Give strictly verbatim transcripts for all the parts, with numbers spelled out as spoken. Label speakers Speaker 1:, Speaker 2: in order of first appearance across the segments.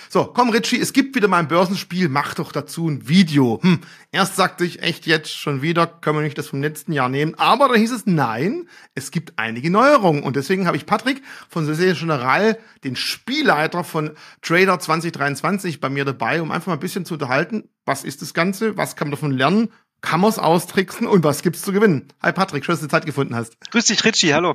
Speaker 1: So, komm Richie, es gibt wieder mal ein Börsenspiel, mach doch dazu ein Video. Hm, erst sagte ich, echt jetzt schon wieder, können wir nicht das vom letzten Jahr nehmen. Aber dann hieß es, nein, es gibt einige Neuerungen. Und deswegen habe ich Patrick von Société Générale, den Spielleiter von Trader zwanzig dreiundzwanzig, bei mir dabei, um einfach mal ein bisschen zu unterhalten. Was ist das Ganze? Was kann man davon lernen? Kann man es austricksen? Und was gibt's zu gewinnen? Hi Patrick, schön, dass du Zeit gefunden hast.
Speaker 2: Grüß dich Richie, hallo.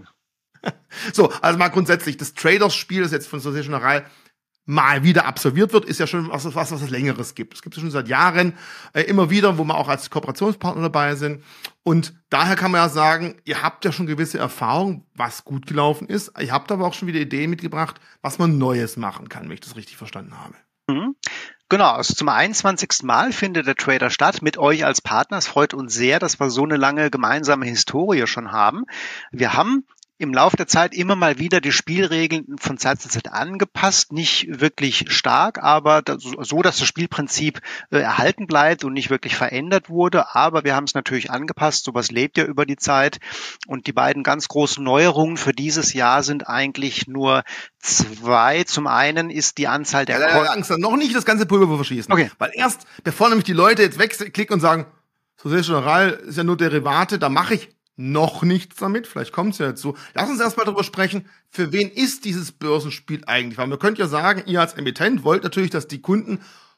Speaker 1: So, also mal grundsätzlich, das Traders-Spiel, das jetzt von Société Générale mal wieder absolviert wird, ist ja schon was, was, was es Längeres gibt. Es gibt es schon seit Jahren äh, immer wieder, wo wir auch als Kooperationspartner dabei sind. Und daher kann man ja sagen, ihr habt ja schon gewisse Erfahrung, was gut gelaufen ist. Ihr habt aber auch schon wieder Ideen mitgebracht, was man Neues machen kann, wenn ich das richtig verstanden habe.
Speaker 2: Mhm. Genau, also zum einundzwanzigsten Mal findet der Trader statt mit euch als Partner. Es freut uns sehr, dass wir so eine lange gemeinsame Historie schon haben. Wir haben im Laufe der Zeit immer mal wieder die Spielregeln von Zeit zu Zeit angepasst, nicht wirklich stark, aber so, dass das Spielprinzip äh, erhalten bleibt und nicht wirklich verändert wurde. Aber wir haben es natürlich angepasst, sowas lebt ja über die Zeit. Und die beiden ganz großen Neuerungen für dieses Jahr sind eigentlich nur zwei. Zum einen ist die Anzahl der...
Speaker 1: Ja, ja, Angst, noch nicht das ganze Pulver verschießen.
Speaker 2: Okay.
Speaker 1: Weil erst, bevor nämlich die Leute jetzt wegklicken und sagen, Société Générale ist ja nur Derivate, da mache ich noch nichts damit, vielleicht kommt es ja jetzt so. Lass uns erstmal darüber sprechen, für wen ist dieses Börsenspiel eigentlich? Weil man könnte ja sagen, ihr als Emittent wollt natürlich, dass die Kunden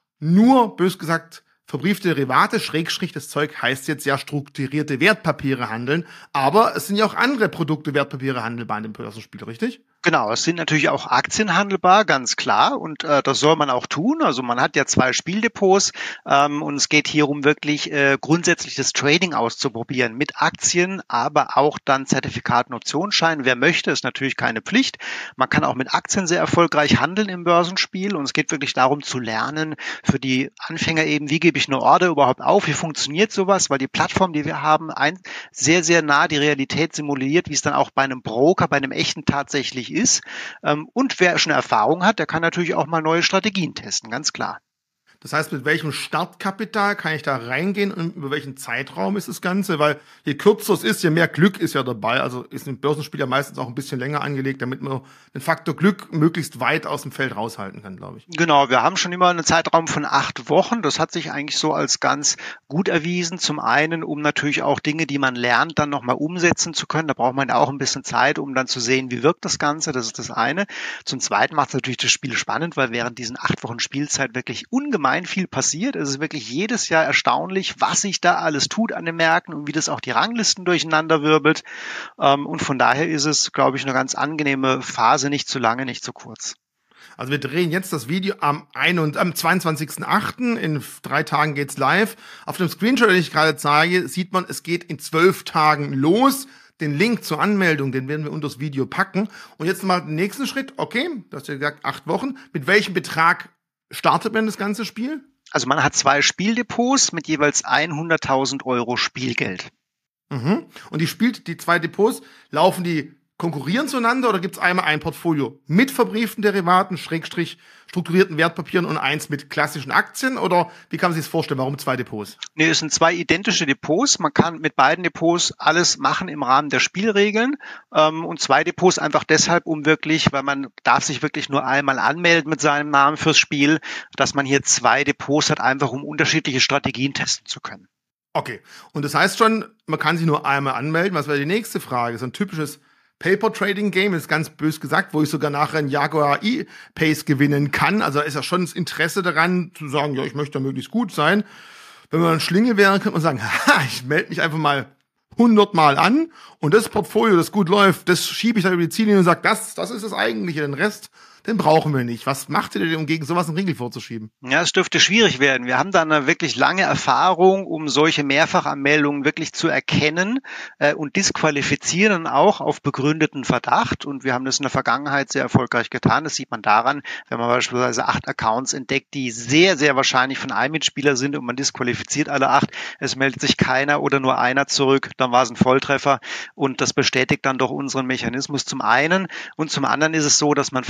Speaker 1: nur, bös gesagt, verbriefte Derivate, Schrägstrich, das Zeug heißt jetzt ja strukturierte Wertpapiere handeln, aber es sind ja auch andere Produkte, Wertpapiere handelbar in dem Börsenspiel, richtig?
Speaker 2: Genau, es sind natürlich auch Aktien handelbar, ganz klar, und äh, das soll man auch tun. Also man hat ja zwei Spieldepots ähm, und es geht hier um wirklich äh, grundsätzlich das Trading auszuprobieren mit Aktien, aber auch dann Zertifikaten, Optionsscheinen. Wer möchte, ist natürlich keine Pflicht. Man kann auch mit Aktien sehr erfolgreich handeln im Börsenspiel und es geht wirklich darum zu lernen, für die Anfänger eben, wie gebe ich eine Order überhaupt auf, wie funktioniert sowas, weil die Plattform, die wir haben, ein, sehr, sehr nah die Realität simuliert, wie es dann auch bei einem Broker, bei einem echten tatsächlich ist. ist. Und wer schon Erfahrung hat, der kann natürlich auch mal neue Strategien testen, ganz klar.
Speaker 1: Das heißt, mit welchem Startkapital kann ich da reingehen und über welchen Zeitraum ist das Ganze? Weil je kürzer es ist, je mehr Glück ist ja dabei. Also ist ein Börsenspiel ja meistens auch ein bisschen länger angelegt, damit man den Faktor Glück möglichst weit aus dem Feld raushalten kann, glaube ich.
Speaker 2: Genau, wir haben schon immer einen Zeitraum von acht Wochen. Das hat sich eigentlich so als ganz gut erwiesen. Zum einen, um natürlich auch Dinge, die man lernt, dann nochmal umsetzen zu können. Da braucht man ja auch ein bisschen Zeit, um dann zu sehen, wie wirkt das Ganze. Das ist das eine. Zum zweiten macht es natürlich das Spiel spannend, weil während diesen acht Wochen Spielzeit wirklich ungemein viel passiert. Es ist wirklich jedes Jahr erstaunlich, was sich da alles tut an den Märkten und wie das auch die Ranglisten durcheinander wirbelt. Und von daher ist es, glaube ich, eine ganz angenehme Phase, nicht zu lange, nicht zu kurz.
Speaker 1: Also wir drehen jetzt das Video am, am zweiundzwanzigsten achten In drei Tagen geht's live. Auf dem Screenshot, den ich gerade zeige, sieht man, es geht in zwölf Tagen los. Den Link zur Anmeldung, den werden wir unter das Video packen. Und jetzt mal den nächsten Schritt. Okay, du hast ja gesagt, acht Wochen. Mit welchem Betrag startet man das ganze Spiel?
Speaker 2: Also man hat zwei Spieldepots mit jeweils hunderttausend Euro Spielgeld.
Speaker 1: Mhm. Und die spielt die zwei Depots, laufen die konkurrieren zueinander oder gibt es einmal ein Portfolio mit verbrieften Derivaten, Schrägstrich strukturierten Wertpapieren und eins mit klassischen Aktien? Oder wie kann man sich das vorstellen? Warum zwei Depots?
Speaker 2: Nee, es sind zwei identische Depots. Man kann mit beiden Depots alles machen im Rahmen der Spielregeln. Ähm, und zwei Depots einfach deshalb, um wirklich, weil man darf sich wirklich nur einmal anmelden mit seinem Namen fürs Spiel, dass man hier zwei Depots hat, einfach um unterschiedliche Strategien testen zu können.
Speaker 1: Okay. Und das heißt schon, man kann sich nur einmal anmelden. Was wäre die nächste Frage? So ein typisches Paper-Trading-Game ist ganz bös gesagt, wo ich sogar nachher ein Jaguar E-Pace gewinnen kann. Also da ist ja schon das Interesse daran, zu sagen, ja, ich möchte da möglichst gut sein. Wenn man ein Schlinge wäre, könnte man sagen, haha, ich melde mich einfach mal hundert Mal an und das Portfolio, das gut läuft, das schiebe ich dann über die Ziellinie und sage, das, das ist das Eigentliche, den Rest, den brauchen wir nicht. Was macht ihr denn, um gegen sowas einen Riegel vorzuschieben?
Speaker 2: Ja, es dürfte schwierig werden. Wir haben da eine wirklich lange Erfahrung, um solche Mehrfachanmeldungen wirklich zu erkennen äh, und disqualifizieren auch auf begründeten Verdacht. Und wir haben das in der Vergangenheit sehr erfolgreich getan. Das sieht man daran, wenn man beispielsweise acht Accounts entdeckt, die sehr, sehr wahrscheinlich von einem Mitspieler sind und man disqualifiziert alle acht. Es meldet sich keiner oder nur einer zurück. Dann war es ein Volltreffer. Und das bestätigt dann doch unseren Mechanismus zum einen. Und zum anderen ist es so, dass man vor der ersten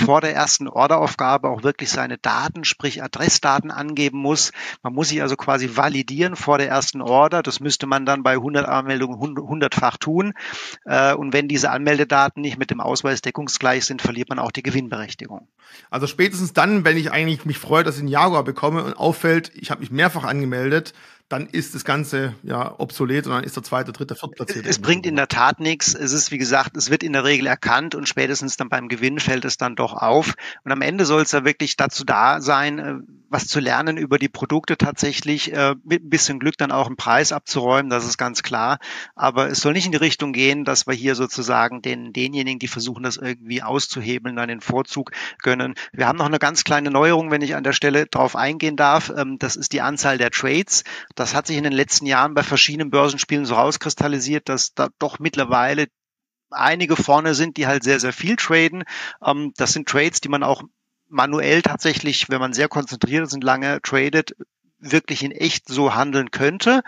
Speaker 2: ersten Orderaufgabe auch wirklich seine Daten, sprich Adressdaten angeben muss. Man muss sich also quasi validieren vor der ersten Order. Das müsste man dann bei hundert Anmeldungen hundertfach tun. Und wenn diese Anmeldedaten nicht mit dem Ausweis deckungsgleich sind, verliert man auch die Gewinnberechtigung.
Speaker 1: Also spätestens dann, wenn ich eigentlich mich freue, dass ich einen Jaguar bekomme und auffällt, ich habe mich mehrfach angemeldet, dann ist das Ganze ja obsolet und dann ist der zweite, dritte, viertplatzierte.
Speaker 2: Es bringt in der Tat nichts. Es ist, wie gesagt, es wird in der Regel erkannt und spätestens dann beim Gewinn fällt es dann doch auf. Und am Ende soll es ja wirklich dazu da sein, was zu lernen über die Produkte tatsächlich, mit ein bisschen Glück dann auch einen Preis abzuräumen, das ist ganz klar. Aber es soll nicht in die Richtung gehen, dass wir hier sozusagen den, denjenigen, die versuchen, das irgendwie auszuhebeln, dann den Vorzug gönnen. Wir haben noch eine ganz kleine Neuerung, wenn ich an der Stelle drauf eingehen darf. Das ist die Anzahl der Trades. Das hat sich in den letzten Jahren bei verschiedenen Börsenspielen so rauskristallisiert, dass da doch mittlerweile einige vorne sind, die halt sehr, sehr viel traden. Das sind Trades, die man auch manuell tatsächlich, wenn man sehr konzentriert ist und lange tradet, wirklich in echt so handeln könnte.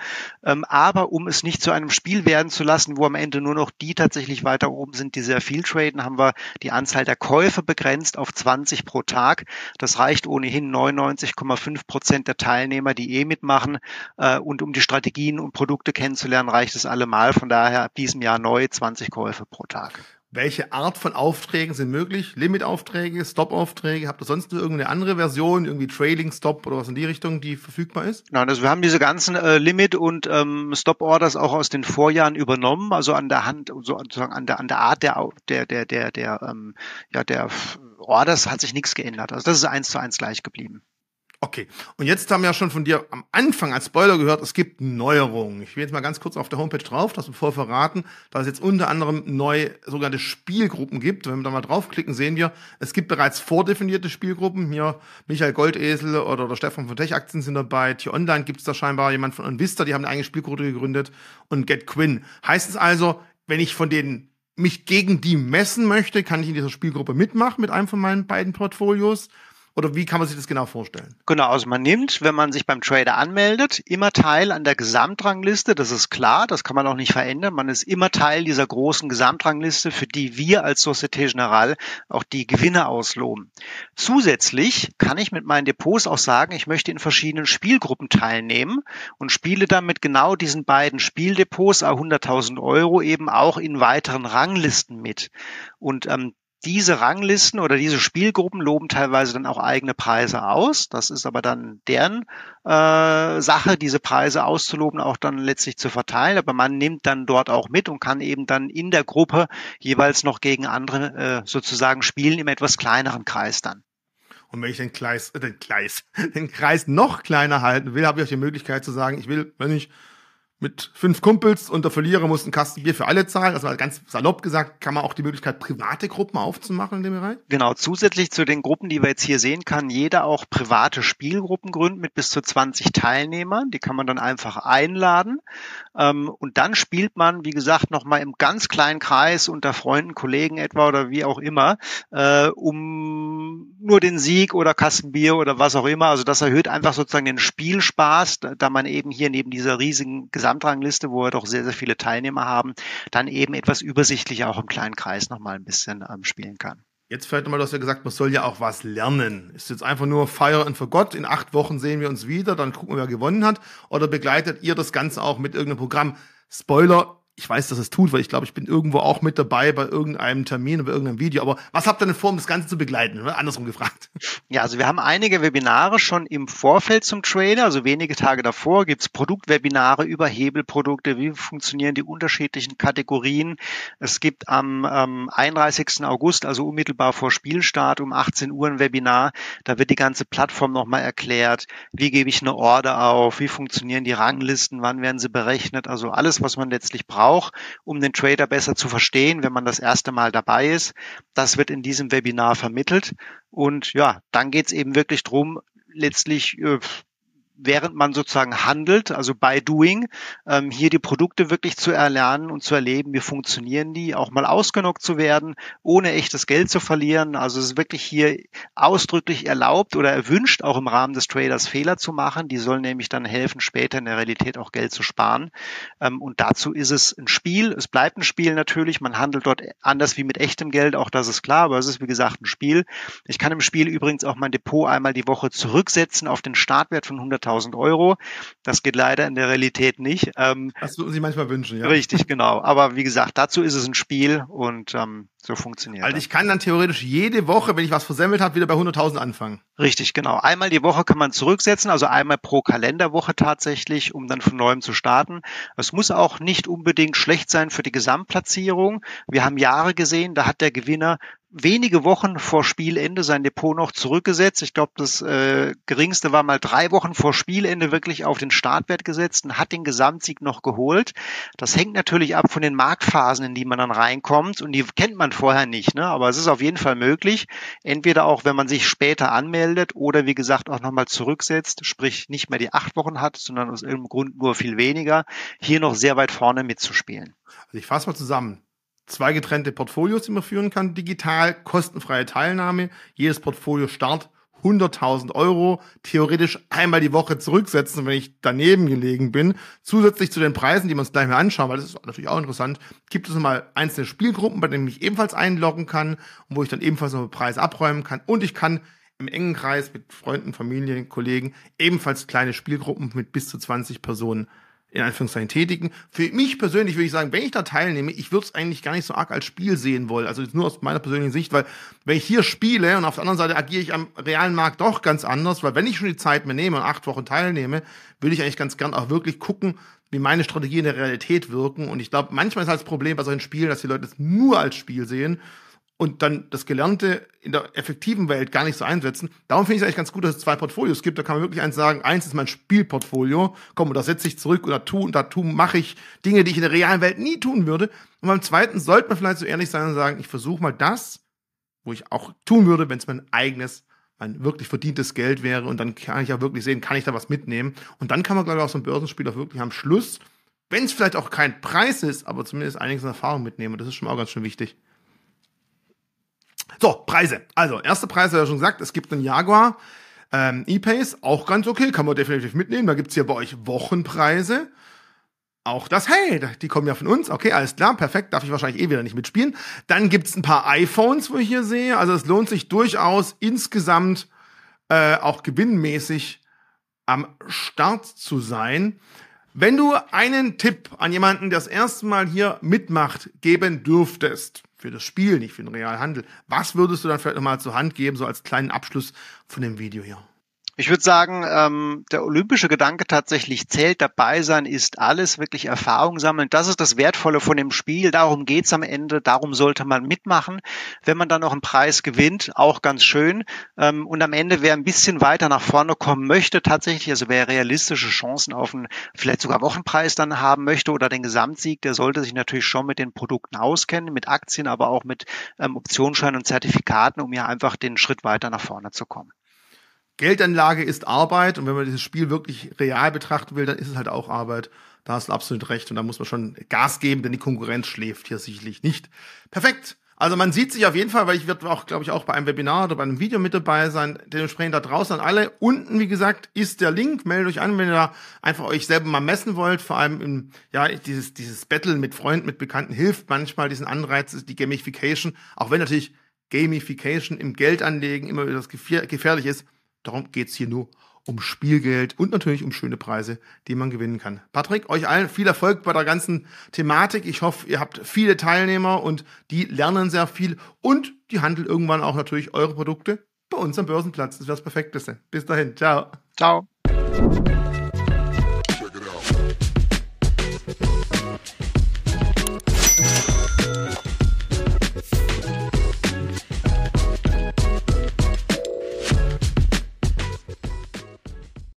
Speaker 2: Aber um es nicht zu einem Spiel werden zu lassen, wo am Ende nur noch die tatsächlich weiter oben sind, die sehr viel traden, haben wir die Anzahl der Käufe begrenzt auf zwanzig pro Tag. Das reicht ohnehin neunundneunzig Komma fünf Prozent der Teilnehmer, die eh mitmachen. Und um die Strategien und Produkte kennenzulernen, reicht es allemal. Von daher ab diesem Jahr neu zwanzig Käufe pro Tag.
Speaker 1: Welche Art von Aufträgen sind möglich? Limit-Aufträge, Stop-Aufträge? Habt ihr sonst noch irgendeine andere Version, irgendwie Trailing Stop oder was in die Richtung, die verfügbar ist?
Speaker 2: Nein, also wir haben diese ganzen äh, Limit- und ähm, Stop-Orders auch aus den Vorjahren übernommen, also an der Hand, sozusagen an der an der Art der der der der der ähm, ja der Orders hat sich nichts geändert. Also das ist eins zu eins gleich geblieben.
Speaker 1: Okay, und jetzt haben wir ja schon von dir am Anfang als Spoiler gehört, es gibt Neuerungen. Ich will jetzt mal ganz kurz auf der Homepage drauf, das bevor verraten, dass es jetzt unter anderem neue sogenannte Spielgruppen gibt. Wenn wir da mal draufklicken, sehen wir, es gibt bereits vordefinierte Spielgruppen. Hier Michael Goldesel oder der Stefan von Tech-Aktien sind dabei. T-Online gibt es da scheinbar jemand von Invista, die haben eine eigene Spielgruppe gegründet und GetQuinn. Heißt es also, wenn ich von denen mich gegen die messen möchte, kann ich in dieser Spielgruppe mitmachen mit einem von meinen beiden Portfolios? Oder wie kann man sich das genau vorstellen?
Speaker 2: Genau, also man nimmt, wenn man sich beim Trader anmeldet, immer teil an der Gesamtrangliste. Das ist klar, das kann man auch nicht verändern. Man ist immer Teil dieser großen Gesamtrangliste, für die wir als Société Générale auch die Gewinne ausloben. Zusätzlich kann ich mit meinen Depots auch sagen, ich möchte in verschiedenen Spielgruppen teilnehmen und spiele dann mit genau diesen beiden Spieldepots, hunderttausend Euro, eben auch in weiteren Ranglisten mit. Und ähm, Diese Ranglisten oder diese Spielgruppen loben teilweise dann auch eigene Preise aus. Das ist aber dann deren äh, Sache, diese Preise auszuloben, auch dann letztlich zu verteilen. Aber man nimmt dann dort auch mit und kann eben dann in der Gruppe jeweils noch gegen andere äh, sozusagen spielen im etwas kleineren Kreis dann.
Speaker 1: Und wenn ich den Kreis, äh, den Kreis, den Kreis noch kleiner halten will, habe ich auch die Möglichkeit zu sagen, ich will, wenn ich mit fünf Kumpels und der Verlierer muss einen Kasten Bier für alle zahlen. Also ganz salopp gesagt, kann man auch die Möglichkeit, private Gruppen aufzumachen in dem Bereich?
Speaker 2: Genau, zusätzlich zu den Gruppen, die wir jetzt hier sehen, kann jeder auch private Spielgruppen gründen mit bis zu zwanzig Teilnehmern. Die kann man dann einfach einladen. Und dann spielt man, wie gesagt, nochmal im ganz kleinen Kreis unter Freunden, Kollegen etwa oder wie auch immer, um nur den Sieg oder Kasten Bier oder was auch immer. Also das erhöht einfach sozusagen den Spielspaß, da man eben hier neben dieser riesigen Gesamtrangliste, wo wir doch sehr, sehr viele Teilnehmer haben, dann eben etwas übersichtlicher auch im kleinen Kreis nochmal ein bisschen ähm, spielen kann.
Speaker 1: Jetzt vielleicht nochmal, du hast ja gesagt, man soll ja auch was lernen. Ist jetzt einfach nur Fire and Forgot, in acht Wochen sehen wir uns wieder, dann gucken wir, wer gewonnen hat, oder begleitet ihr das Ganze auch mit irgendeinem Programm? Spoiler, ich weiß, dass es tut, weil ich glaube, ich bin irgendwo auch mit dabei bei irgendeinem Termin oder irgendeinem Video. Aber was habt ihr denn vor, um das Ganze zu begleiten? Oder? Andersrum gefragt.
Speaker 2: Ja, also wir haben einige Webinare schon im Vorfeld zum Trader. Also wenige Tage davor gibt's Produktwebinare über Hebelprodukte. Wie funktionieren die unterschiedlichen Kategorien? Es gibt am ähm, einunddreißigsten August, also unmittelbar vor Spielstart um achtzehn Uhr ein Webinar. Da wird die ganze Plattform nochmal erklärt. Wie gebe ich eine Order auf? Wie funktionieren die Ranglisten? Wann werden sie berechnet? Also alles, was man letztlich braucht, auch, um den Trader besser zu verstehen, wenn man das erste Mal dabei ist. Das wird in diesem Webinar vermittelt. Und ja, dann geht es eben wirklich drum, letztlich äh, während man sozusagen handelt, also by doing, ähm, hier die Produkte wirklich zu erlernen und zu erleben, wie funktionieren die, auch mal ausgenockt zu werden, ohne echtes Geld zu verlieren. Also es ist wirklich hier ausdrücklich erlaubt oder erwünscht, auch im Rahmen des Traders Fehler zu machen. Die sollen nämlich dann helfen, später in der Realität auch Geld zu sparen. Ähm, und dazu ist es ein Spiel. Es bleibt ein Spiel natürlich. Man handelt dort anders wie mit echtem Geld, auch das ist klar, aber es ist wie gesagt ein Spiel. Ich kann im Spiel übrigens auch mein Depot einmal die Woche zurücksetzen auf den Startwert von hunderttausend Euro. Das geht leider in der Realität nicht. Ähm,
Speaker 1: das würden Sie manchmal wünschen, ja.
Speaker 2: Richtig, genau. Aber wie gesagt, dazu ist es ein Spiel und ähm, so funktioniert
Speaker 1: Also
Speaker 2: das.
Speaker 1: ich kann dann theoretisch jede Woche, wenn ich was versemmelt habe, wieder bei hunderttausend anfangen.
Speaker 2: Richtig, genau. Einmal die Woche kann man zurücksetzen, also einmal pro Kalenderwoche tatsächlich, um dann von neuem zu starten. Es muss auch nicht unbedingt schlecht sein für die Gesamtplatzierung. Wir haben Jahre gesehen, da hat der Gewinner wenige Wochen vor Spielende sein Depot noch zurückgesetzt. Ich glaube, das äh, geringste war mal drei Wochen vor Spielende wirklich auf den Startwert gesetzt und hat den Gesamtsieg noch geholt. Das hängt natürlich ab von den Marktphasen, in die man dann reinkommt und die kennt man vorher nicht, ne? Aber es ist auf jeden Fall möglich, entweder auch, wenn man sich später anmeldet oder wie gesagt auch nochmal zurücksetzt, sprich nicht mehr die acht Wochen hat, sondern aus irgendeinem Grund nur viel weniger, hier noch sehr weit vorne mitzuspielen.
Speaker 1: Also ich fasse mal zusammen. Zwei getrennte Portfolios, die man führen kann, digital, kostenfreie Teilnahme, jedes Portfolio Start hunderttausend Euro, theoretisch einmal die Woche zurücksetzen, wenn ich daneben gelegen bin. Zusätzlich zu den Preisen, die wir uns gleich mal anschauen, weil das ist natürlich auch interessant, gibt es nochmal einzelne Spielgruppen, bei denen ich mich ebenfalls einloggen kann und wo ich dann ebenfalls noch Preise abräumen kann. Und ich kann im engen Kreis mit Freunden, Familien, Kollegen ebenfalls kleine Spielgruppen mit bis zu zwanzig Personen in Anführungszeichen tätigen. Für mich persönlich würde ich sagen, wenn ich da teilnehme, ich würde es eigentlich gar nicht so arg als Spiel sehen wollen. Also nur aus meiner persönlichen Sicht, weil wenn ich hier spiele und auf der anderen Seite agiere ich am realen Markt doch ganz anders, weil wenn ich schon die Zeit mir nehme und acht Wochen teilnehme, will ich eigentlich ganz gern auch wirklich gucken, wie meine Strategien in der Realität wirken. Und ich glaube, manchmal ist halt das Problem bei solchen Spielen, dass die Leute es nur als Spiel sehen und dann das Gelernte in der effektiven Welt gar nicht so einsetzen. Darum finde ich es eigentlich ganz gut, dass es zwei Portfolios gibt. Da kann man wirklich eins sagen, eins ist mein Spielportfolio, komm, und da setze ich zurück oder tu und da tu, mache ich Dinge, die ich in der realen Welt nie tun würde. Und beim zweiten sollte man vielleicht so ehrlich sein und sagen, ich versuche mal das, wo ich auch tun würde, wenn es mein eigenes, mein wirklich verdientes Geld wäre. Und dann kann ich ja wirklich sehen, kann ich da was mitnehmen. Und dann kann man, glaube ich, auch so ein Börsenspiel auch wirklich am Schluss, wenn es vielleicht auch kein Preis ist, aber zumindest einiges an Erfahrung mitnehmen. Und das ist schon mal auch ganz schön wichtig. So, Preise. Also, erster Preis, habe ich ja schon gesagt, es gibt einen Jaguar ähm, E-Pace, auch ganz okay, kann man definitiv mitnehmen. Da gibt's hier bei euch Wochenpreise. Auch das, hey, die kommen ja von uns. Okay, alles klar, perfekt, darf ich wahrscheinlich eh wieder nicht mitspielen. Dann gibt's ein paar iPhones, wo ich hier sehe. Also es lohnt sich durchaus insgesamt äh, auch gewinnmäßig am Start zu sein. Wenn du einen Tipp an jemanden, der das erste Mal hier mitmacht, geben dürftest, für das Spiel, nicht für den Realhandel, was würdest du dann vielleicht nochmal zur Hand geben, so als kleinen Abschluss von dem Video hier?
Speaker 2: Ich würde sagen, ähm, der olympische Gedanke tatsächlich zählt. Dabei sein ist alles, wirklich Erfahrung sammeln. Das ist das Wertvolle von dem Spiel. Darum geht's am Ende. Darum sollte man mitmachen. Wenn man dann noch einen Preis gewinnt, auch ganz schön. Ähm, und am Ende, wer ein bisschen weiter nach vorne kommen möchte, tatsächlich, also wer realistische Chancen auf einen vielleicht sogar Wochenpreis dann haben möchte oder den Gesamtsieg, der sollte sich natürlich schon mit den Produkten auskennen, mit Aktien, aber auch mit ähm, Optionsscheinen und Zertifikaten, um ja einfach den Schritt weiter nach vorne zu kommen.
Speaker 1: Geldanlage ist Arbeit und wenn man dieses Spiel wirklich real betrachten will, dann ist es halt auch Arbeit. Da hast du absolut recht und da muss man schon Gas geben, denn die Konkurrenz schläft hier sicherlich nicht. Perfekt. Also man sieht sich auf jeden Fall, weil ich werde auch, glaube ich, auch bei einem Webinar oder bei einem Video mit dabei sein. Dementsprechend da draußen an alle. Unten, wie gesagt, ist der Link. Meldet euch an, wenn ihr da einfach euch selber mal messen wollt. Vor allem im, ja, dieses, dieses Battle mit Freunden, mit Bekannten hilft manchmal diesen Anreiz, die Gamification. Auch wenn natürlich Gamification im Geldanlegen immer wieder das gefährlich ist. Darum geht's hier nur um Spielgeld und natürlich um schöne Preise, die man gewinnen kann. Patrick, euch allen viel Erfolg bei der ganzen Thematik. Ich hoffe, ihr habt viele Teilnehmer und die lernen sehr viel und die handeln irgendwann auch natürlich eure Produkte bei uns am Börsenplatz. Das wäre das Perfekteste. Bis dahin. Ciao.
Speaker 2: Ciao.